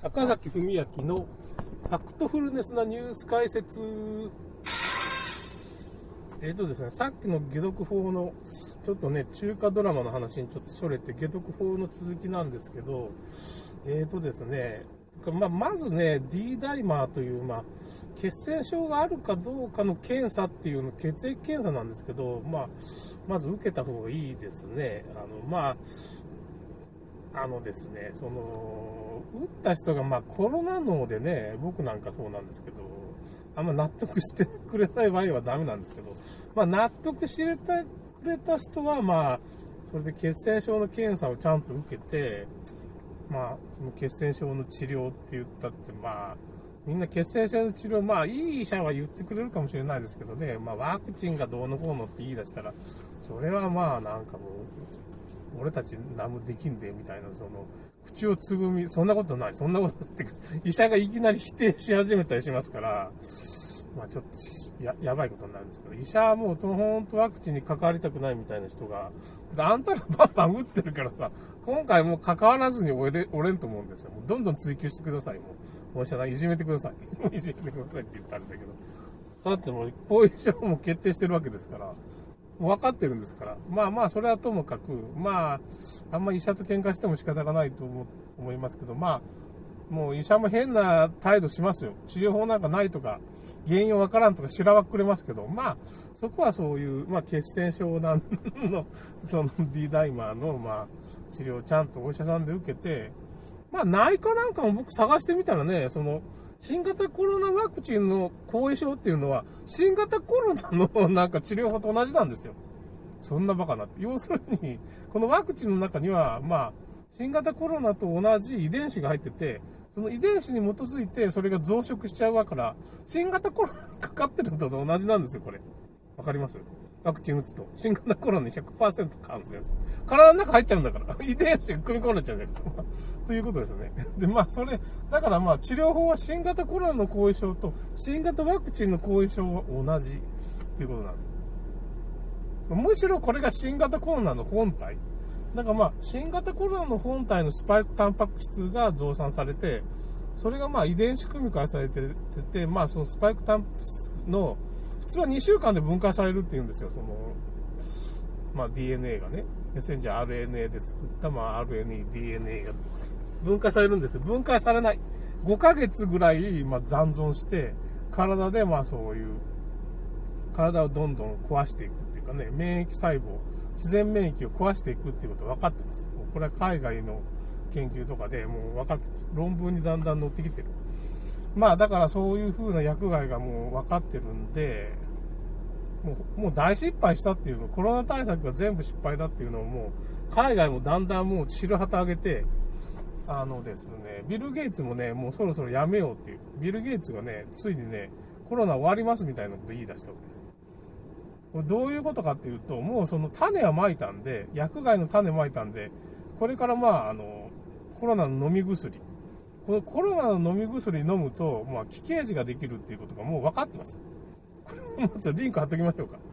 坂崎文明のファクトフルネスなニュース解説。ですね、さっきの解読法のちょっとね、中華ドラマの話にちょっとそれて解読法の続きなんですけど、ですね、まずね、D ダイマーという、血栓症があるかどうかの検査っていうの、血液検査なんですけど、まず受けた方がいいですね。ですね、打った人がコロナ脳でね、僕なんかそうなんですけど、あんま納得してくれない場合はダメなんですけど、納得してくれた人は、それで血栓症の検査をちゃんと受けて、その血栓症の治療って言ったって、みんな血栓症の治療、いい医者は言ってくれるかもしれないですけどね、ワクチンがどうのこうのって言い出したら、それはなんかもう、俺たち何もできんで、みたいな、口をつぐみ、そんなことない、そんなことって、医者がいきなり否定し始めたりしますから、ちょっとやばいことになるんですけど、医者はもうほんとワクチンに関わりたくないみたいな人が、あんたらバンバン打ってるからさ、今回もう関わらずに折れんと思うんですよ。もうどんどん追求してください。もう申し訳ない。いじめてください。いじめてくださいって言ったんだけど。だってもう、後遺症も決定してるわけですから、分かってるんですから。それはともかく、あんまり医者と喧嘩しても仕方がないと思いますけど、もう医者も変な態度しますよ。治療法なんかないとか、原因わからんとかしらばっくれますけど、そこはそういう、血栓症の、D ダイマーの、治療をちゃんとお医者さんで受けて、内科なんかも僕探してみたらね、新型コロナワクチンの後遺症っていうのは、新型コロナの治療法と同じなんですよ。そんなバカなって。要するに、このワクチンの中には、新型コロナと同じ遺伝子が入ってて、その遺伝子に基づいてそれが増殖しちゃうから、新型コロナにかかってるのと同じなんですよ、これ。わかります？ワクチン打つと。新型コロナに 100% 感染です。体の中入っちゃうんだから。遺伝子が組み込んでちゃうじゃん。ということですね。で、それ、だから治療法は新型コロナの後遺症と新型ワクチンの後遺症は同じっていうことなんです。むしろこれが新型コロナの本体。新型コロナの本体のスパイクタンパク質が増産されて、それが遺伝子組み換えされてて、そのスパイクタンパク質の、普通は2週間で分解されるっていうんですよ、DNA がね。メッセンジャー RNA で作った、RNA、DNA が分解されるんですけど、分解されない。5ヶ月ぐらい、残存して、体で、そういう、体をどんどん壊していくっていうかね、免疫細胞、自然免疫を壊していくっていうことは分かってます。これは海外の研究とかでもう分かって、論文にだんだん載ってきてる。だからそういう風な薬害がもう分かってるんで、もう大失敗したっていうの、コロナ対策が全部失敗だっていうのをもう、海外もだんだんもう白旗上げて、ですね、ビル・ゲイツもね、もうそろそろやめようっていう。ビル・ゲイツがね、ついにね、コロナ終わりますみたいなこと言い出したわけです。これどういうことかっていうと、もうその種はまいたんで、薬害の種まいたんで、これからコロナの飲み薬。このコロナの飲み薬飲むと、奇形児ができるっていうことがもう分かってます。これもちょっとリンク貼っときましょうか。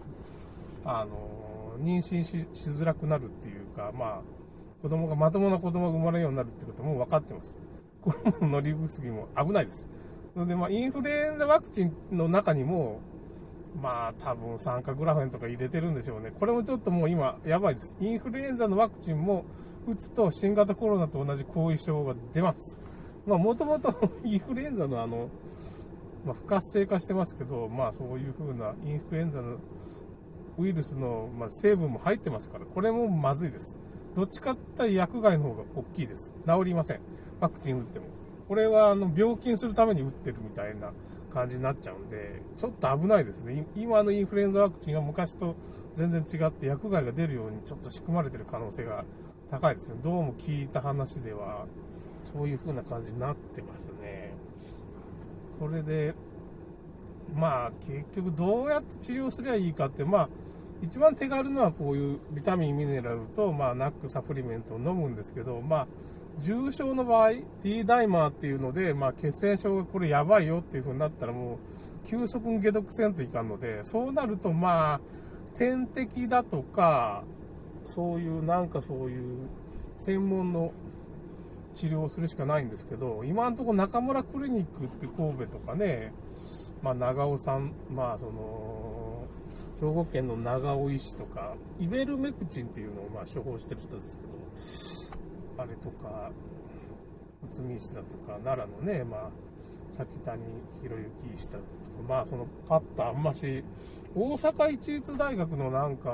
妊娠しづらくなるっていうか、まともな子供が生まれるようになるってことも分かってます。コロナの飲み薬も危ないです。なので、インフルエンザワクチンの中にも、多分酸化グラフェンとか入れてるんでしょうね。これもちょっともう今、やばいです。インフルエンザのワクチンも打つと新型コロナと同じ後遺症が出ます。もともとインフルエンザの不活性化してますけど、そういう風なインフルエンザのウイルスの、成分も入ってますから、これもまずいです。どっちかって言ったら薬害の方が大きいです。治りません。ワクチン打っても。これは病気にするために打ってるみたいな感じになっちゃうんで、ちょっと危ないですね。今のインフルエンザワクチンは昔と全然違って薬害が出るようにちょっと仕組まれてる可能性が高いですね。どうも聞いた話では、そういう風な感じになってますね。それで、結局どうやって治療すればいいかって、一番手軽なのはこういうビタミン、ミネラルと、ナックサプリメントを飲むんですけど、重症の場合、D ダイマーっていうので、血栓症がこれやばいよっていう風になったらもう、急速に解毒せんといかんので、そうなると点滴だとか、そういう専門の治療するしかないんですけど、今のところ中村クリニックって神戸とかね、長尾さん、兵庫県の長尾医師とか、イベルメクチンっていうのを処方してる人ですけど、あれとか、内海医師だとか、奈良のね、崎谷博之医師だとか、パッとあんまし、大阪市立大学の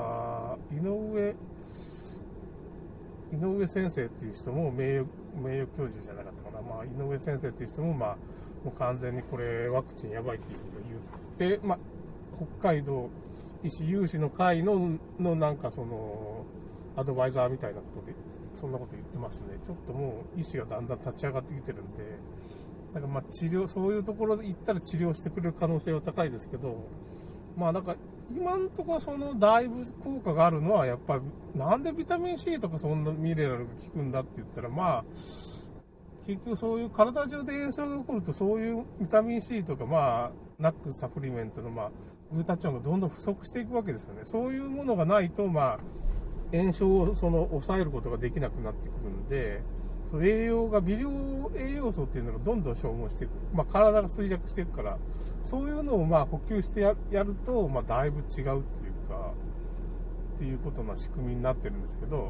井上先生っていう人も名誉教授じゃなかったかな、井上先生っていう人も、もう完全にこれワクチンやばいっていうことを言って、北海道医師有志の会のアドバイザーみたいなことで、そんなこと言ってますね。ちょっともう医師がだんだん立ち上がってきてるんで、だから治療、そういうところで行ったら治療してくれる可能性は高いですけど、今のところだいぶ効果があるのは、やっぱりなんでビタミン C とかそんなミネラルが効くんだって言ったら、結局そういう体中で炎症が起こると、そういうビタミン C とか、ナックサプリメントのグータチョンがどんどん不足していくわけですよね。そういうものがないと、炎症を抑えることができなくなってくるんで、栄養が、微量栄養素っていうのがどんどん消耗していく。体が衰弱していくから、そういうのを補給してやると、だいぶ違うっていうか、っていうことの仕組みになってるんですけど、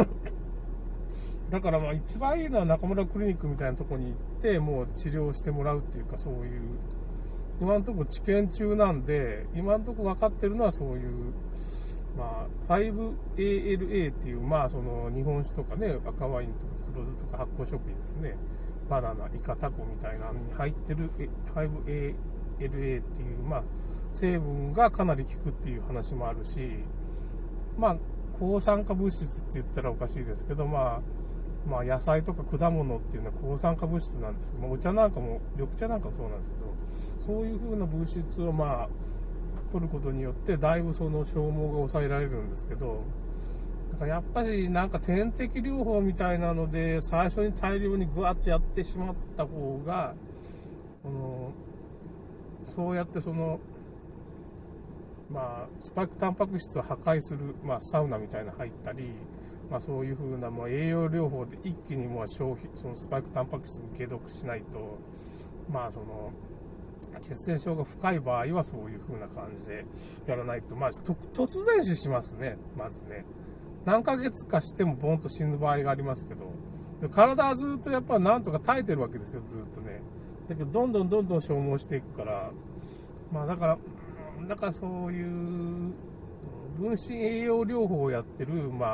だから一番いいのは中村クリニックみたいなところに行って、もう治療してもらうっていうか、そういう、今のところ治験中なんで、今のところ分かってるのはそういう、5ALA っていう、日本酒とかね、赤ワインとか黒酢とか発酵食品ですね、バナナ、イカ、タコみたいなのに入ってる 5ALA っていう、成分がかなり効くっていう話もあるし、抗酸化物質って言ったらおかしいですけど、野菜とか果物っていうのは抗酸化物質なんですけど、お茶なんかも、緑茶なんかもそうなんですけど、そういう風な物質を取ることによってだいぶその消耗が抑えられるんですけど、だからやっぱり点滴療法みたいなので最初に大量にグワッとやってしまった方が、そうやってスパイクタンパク質を破壊する、サウナみたいなの入ったり、そういう風な栄養療法で一気にそのスパイクタンパク質を解毒しないと、血栓症が深い場合はそういう風な感じでやらないと、突然死しますね、まずね。何ヶ月かしてもボンと死ぬ場合がありますけど、体はずっとやっぱなんとか耐えてるわけですよ、ずっとね。だけど、どんどん消耗していくから、だからそういう分子栄養療法をやってる、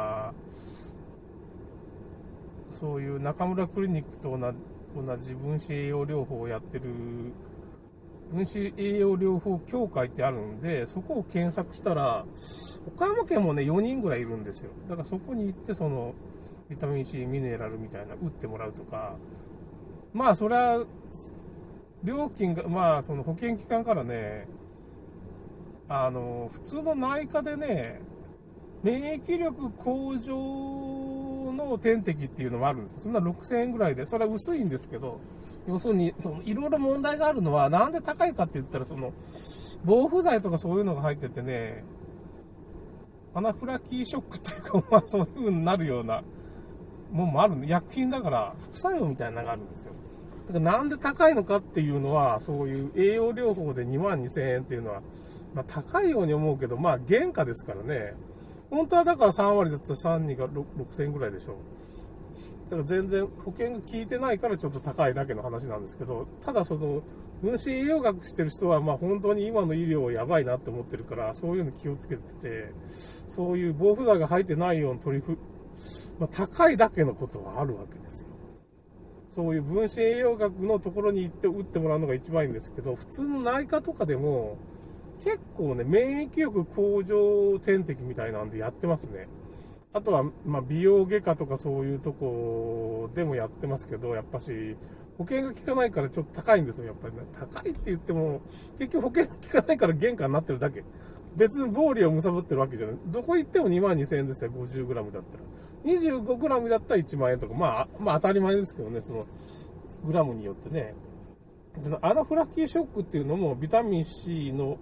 そういう中村クリニックと同じ分子栄養療法をやってる分子栄養療法協会ってあるんで、そこを検索したら、岡山県もね、4人ぐらいいるんですよ。だからそこに行って、ビタミン C、ミネラルみたいな打ってもらうとか、それは、料金が、保険機関からね、普通の内科でね、免疫力向上の点滴っていうのもあるんですよ。そんな6000円ぐらいで、それは薄いんですけど、要するに、いろいろ問題があるのは、なんで高いかって言ったら、防腐剤とかそういうのが入っててね、アナフラキーショックっていうか、そういう風になるようなもんもあるんで、薬品だから副作用みたいなのがあるんですよ。だからなんで高いのかっていうのは、そういう栄養療法で22,000円っていうのは、高いように思うけど、原価ですからね。本当はだから3割だったら3、2が6000円ぐらいでしょ。だから全然保険が効いてないからちょっと高いだけの話なんですけど、ただ分子栄養学してる人は本当に今の医療やばいなって思ってるから、そういうの気をつけてて、そういう防腐剤が入ってないような高いだけのことはあるわけですよ。そういう分子栄養学のところに行って打ってもらうのが一番いいんですけど、普通の内科とかでも結構ね、免疫力向上点滴みたいなんでやってますね。あとは、美容外科とかそういうとこでもやってますけど、やっぱし、保険が効かないからちょっと高いんですよ、やっぱりね。高いって言っても、結局保険が効かないから原価になってるだけ。別に暴利を貪ってるわけじゃない。どこ行っても22,000円ですよ、50g だったら。25g だったら1万円とか、当たり前ですけどね、グラムによってね。アナフラキーショックっていうのも、ビタミン C の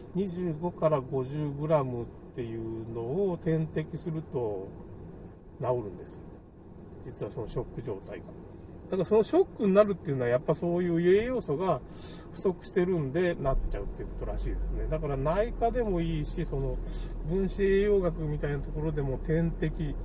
25から 50g っていうのを点滴すると治るんですよ。実はそのショック状態が。 だからそのショックになるっていうのはやっぱそういう栄養素が不足してるんでなっちゃうっていうことらしいですね。だから内科でもいいし、その分子栄養学みたいなところでも点滴、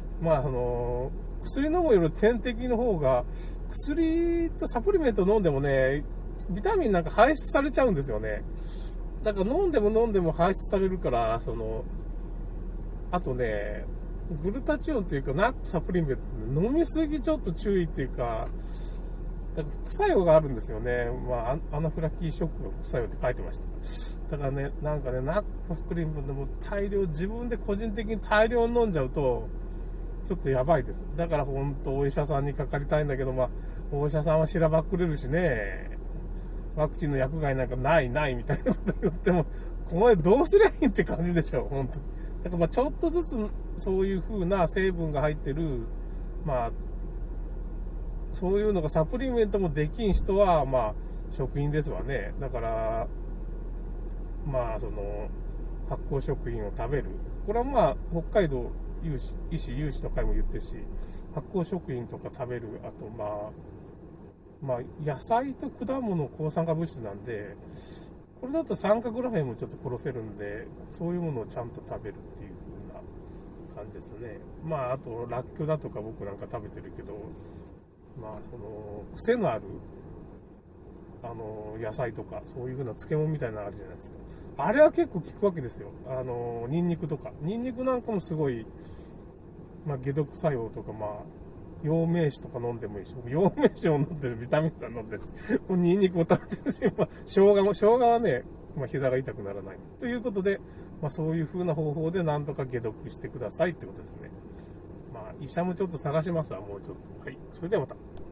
薬飲むより点滴の方が、薬とサプリメント飲んでもね、ビタミンなんか排出されちゃうんですよね。だから飲んでも排出されるから、あとね、グルタチオンっていうか、ナッツサプリメント飲みすぎちょっと注意っていうか、だから副作用があるんですよね。アナフィラキシーショックが副作用って書いてました。だからね、ナッツサプリメントも自分で個人的に大量に飲んじゃうと、ちょっとやばいです。だから本当お医者さんにかかりたいんだけど、お医者さんはしらばっくれるしね、ワクチンの薬害なんかないみたいなこと言っても、これどうすりゃいいって感じでしょ、本当に。だからちょっとずつそういう風な成分が入ってる、そういうのがサプリメントもできん人は、食品ですわね。だから、発酵食品を食べる。これは北海道医師有志の会も言ってるし、発酵食品とか食べる、あと野菜と果物抗酸化物質なんで、これだと酸化グラフェンもちょっと殺せるんで、そういうものをちゃんと食べるっていう風な感じですね。あと、らっきょうだとか僕なんか食べてるけど、癖のある、野菜とか、そういう風な漬物みたいなのあるじゃないですか。あれは結構効くわけですよ。ニンニクとか。ニンニクなんかもすごい、解毒作用とか、陽明酒とか飲んでもいいし、陽明酒を飲んでる、ビタミンさん飲んでるし、ニンニクを食べてるし、生姜はね、膝が痛くならない。ということで、そういう風な方法でなんとか解毒してくださいってことですね。医者もちょっと探しますわ、もうちょっと。はい。それではまた。